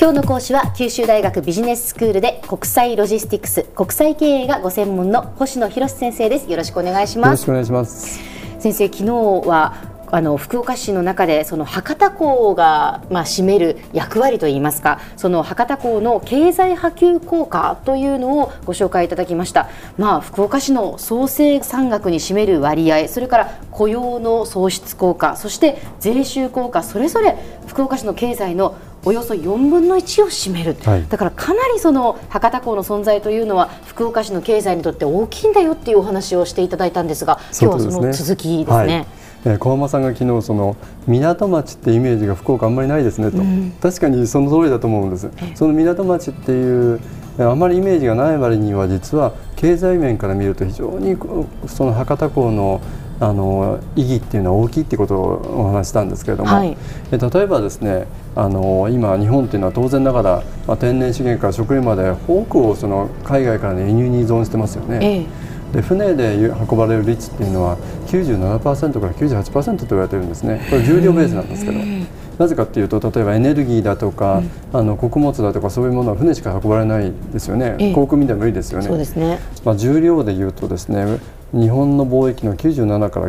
今日の講師は九州大学ビジネススクールで国際ロジスティクス国際経営がご専門の星野博先生です。よろしくお願いします。 よろしくお願いします。 先生、昨日は福岡市の中でその博多港が占める役割といいますか、その博多港の経済波及効果というのをご紹介いただきました。福岡市の総生産額に占める割合、それから雇用の創出効果、そして税収効果、それぞれ福岡市の経済のおよそ4分の1を占める、だからかなりその博多港の存在というのは福岡市の経済にとって大きいんだよっていうお話をしていただいたんですが、今日はその続きですね。 小浜さんが昨日その港町ってイメージが福岡あんまりないですねと、確かにその通りだと思うんです。その港町っていうあまりイメージがない割には、実は経済面から見ると非常にその博多港の意義っていうのは大きいっていうことをお話したんですけれども、例えばですね、今日本っていうのは当然ながら、天然資源から食料まで多くをその海外からの輸入に依存してますよね。で船で運ばれる率っていうのは 97% から 98% と言われてるんですね。これ重量ベースなんですけど、なぜかっていうと、例えばエネルギーだとか、穀物だとかそういうものは船しか運ばれないですよね。航空便では無理ですよね。 そうですね。 重量でいうとですね、日本の貿易の97から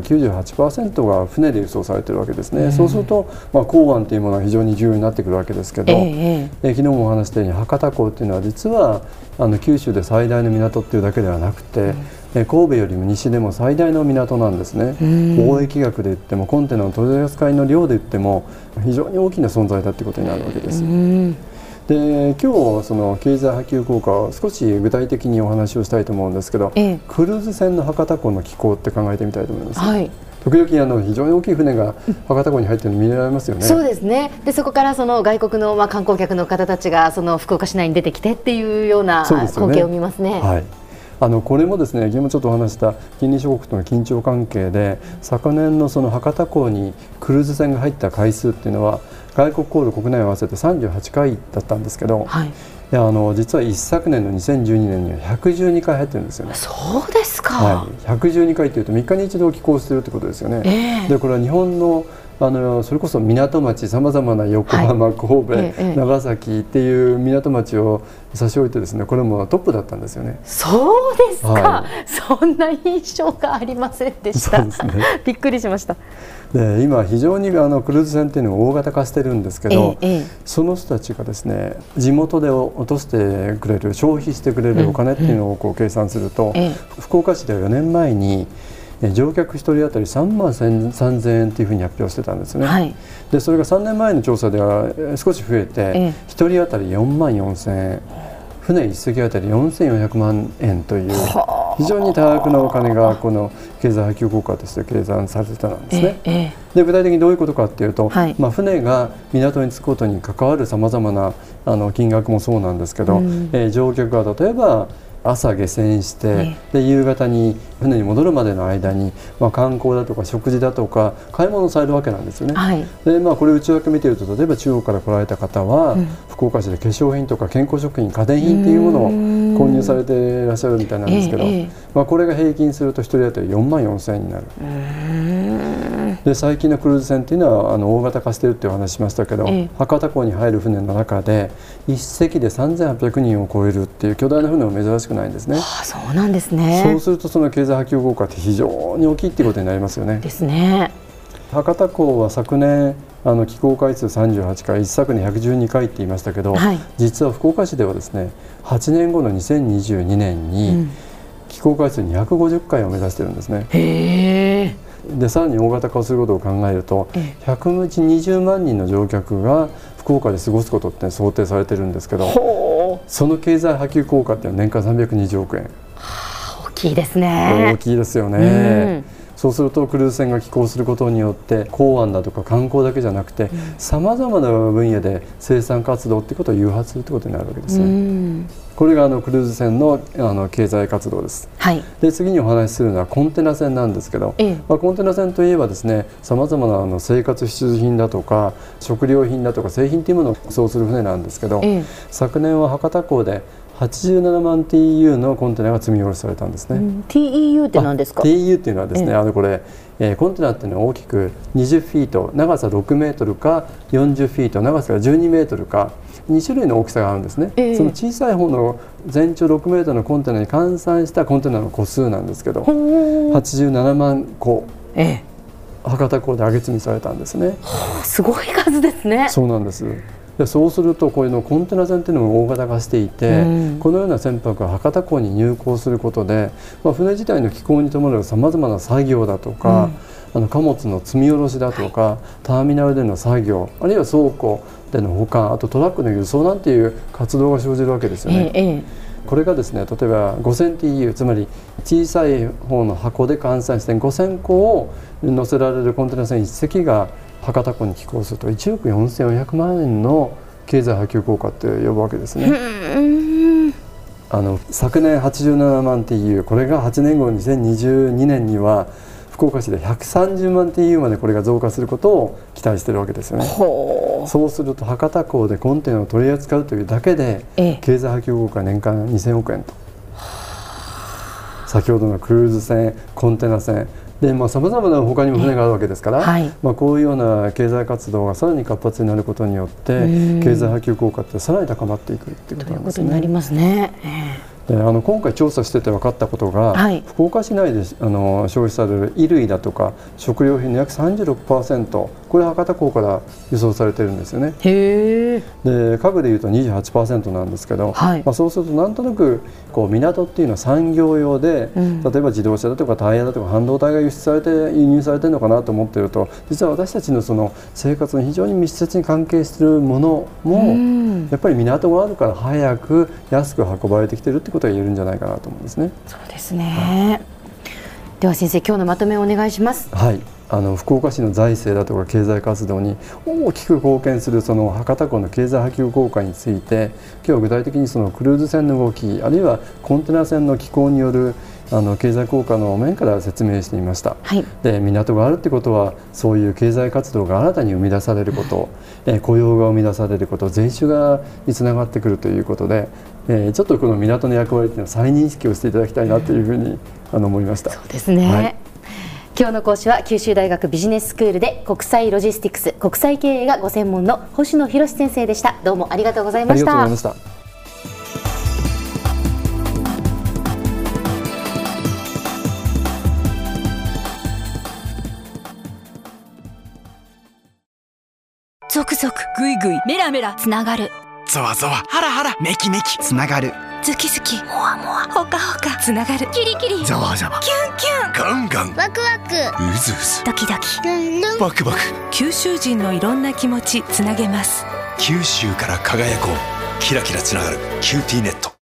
98% が船で輸送されているわけですね。そうすると、港湾というものは非常に重要になってくるわけですけど、昨日もお話したように博多港というのは実は九州で最大の港っていうだけではなくて、神戸よりも西でも最大の港なんですね。貿易額で言ってもコンテナの取り扱いの量で言っても非常に大きな存在だということになるわけです。で今日その経済波及効果を少し具体的にお話をしたいと思うんですけど、クルーズ船の博多港の寄港って考えてみたいと思います。時々非常に大きい船が博多港に入っているの見られますよね。 そうですね。でそこからその外国の観光客の方たちがその福岡市内に出てきてっていうような光景を見ますね。 これもですね、昨日もちょっとお話した近隣諸国との緊張関係で、昨年のその博多港にクルーズ船が入った回数っていうのは外国航路国内を合わせて38回だったんですけど、実は一昨年の2012年には112回入ってるんですよね。 そうですか。 112回というと3日に一度寄港しているということですよね。でこれは日本のそれこそ港町さまざまな横浜、神戸、長崎っていう港町を差し置いてですね、これもトップだったんですよね。 そうですか。そんな印象がありませんでした。 そうですね。 びっくりしました。 で今非常にクルーズ船っていうのが大型化してるんですけど、その人たちがですね、地元で落としてくれる、消費してくれるお金っていうのを計算すると、福岡市では4年前に乗客1人当たり3万3000円というふうに発表してたんですね。でそれが3年前の調査では少し増えて、1人当たり4万4000円、船1隻当たり4400万円という非常に多額なお金がこの経済波及効果として計算されてたんですね。で具体的にどういうことかっていうと、船が港に着くことに関わるさまざまな金額もそうなんですけど、乗客が例えば朝下船して、で夕方に船に戻るまでの間に、観光だとか食事だとか買い物をされるわけなんですよね。でこれ内訳見てると、例えば中国から来られた方は、福岡市で化粧品とか健康食品、家電品っていうものを購入されていらっしゃるみたいなんですけど、これが平均すると1人当たり4万4000円になる。で最近のクルーズ船っていうのは大型化しているっていうお話しましたけど、博多港に入る船の中で1隻で3800人を超えるっていう巨大な船も珍しくないんですね。 そうなんですね。 そうするとその経済波及効果って非常に大きいっていうことになりますよね。 ですね。 博多港は昨年寄港回数38回、一昨年112回って言いましたけど、実は福岡市ではですね、8年後の2022年に寄港回数250回を目指してるんですね。でさらに大型化をすることを考えると、120万人の乗客が福岡で過ごすことって想定されてるんですけど、その経済波及効果っていうのは年間320億円。 大きいですね。 大きいですよね。そうするとクルーズ船が寄港することによって港湾だとか観光だけじゃなくて、さまざまな分野で生産活動っていうことを誘発するということになるわけですね。これがクルーズ船の経済活動です。で次にお話しするのはコンテナ船なんですけど、コンテナ船といえばですね、さまざまな生活必需品だとか食料品だとか製品というものを輸送する船なんですけど、昨年は博多港で 87万 TEU のコンテナが積み下ろしされたんですね。 TEU って何ですか ？TEU っていうのはですね、これ、コンテナっていうのは大きく20フィート、長さ6メートルか40フィート、長さが12メートルか2種類の大きさがあるんですね。その小さい方の全長6メートルのコンテナに換算したコンテナの個数なんですけど、87万個、博多港で揚げ積みされたんですね。 すごい数ですね。 そうなんです。でそうするとこういうのコンテナ船っていうのも大型化していて、このような船舶が博多港に入港することで、船自体の寄港に伴うさまざまな作業だとか、貨物の積み下ろしだとか、ターミナルでの作業、あるいは倉庫での保管、あとトラックの輸送なんていう活動が生じるわけですよね。これがですね、例えば 5000TEU、 つまり小さい方の箱で換算して5000個を載せられるコンテナ船1隻が博多港に寄港すると1億4400万円の経済波及効果って呼ぶわけですね。昨年87万 TEU、 これが8年後2022年には福岡市で130万 TEU までこれが増加することを期待しているわけですよね。そうすると博多港でコンテナを取り扱うというだけで経済波及効果年間2000億円と、先ほどのクルーズ船、コンテナ船で、さまざまな他にも船があるわけですから、こういうような経済活動がさらに活発になることによって経済波及効果ってさらに高まっていくということなんですね。ということになりますね。で今回調査してて分かったことが、福岡市内で消費される衣類だとか食料品の約 36%、 これ博多港から輸送されてるんですよね。で家具でいうと 28% なんですけど、そうするとなんとなくこう港っていうのは産業用で、例えば自動車だとかタイヤだとか半導体が輸入されてるのかなと思っていると、実は私たちのその生活に非常に密接に関係しているものもやっぱり港があるから早く安く運ばれてきてるってことが言えるんじゃないかなと思うんですね。 そうですね。では先生、今日のまとめをお願いします。 福岡市の財政だとか経済活動に大きく貢献するその博多港の経済波及効果について、今日は具体的にそのクルーズ船の動き、あるいはコンテナ船の寄港による経済効果の面から説明してみました。で港があるってことはそういう経済活動が新たに生み出されること、雇用が生み出されること、税収につながってくるということで、ちょっとこの港の役割というのを再認識をしていただきたいなというふうに思いました。 そうですね。今日の講師は九州大学ビジネススクールで国際ロジスティクス、国際経営がご専門の星野博先生でした。どうもありがとうございました。 ありがとうございました。 ゾクゾクグイグイメラメラつながる、 ゾワゾワハラハラメキメキつながる、 ズキズキモワモワホカホカつながる、キリキリザワザワキュンキュンガンガンワクワクうずうずドキドキルンルンバクバク、 九州人のいろんな気持ちつなげます。 九州から輝こう、キラキラつながるキューティーネット。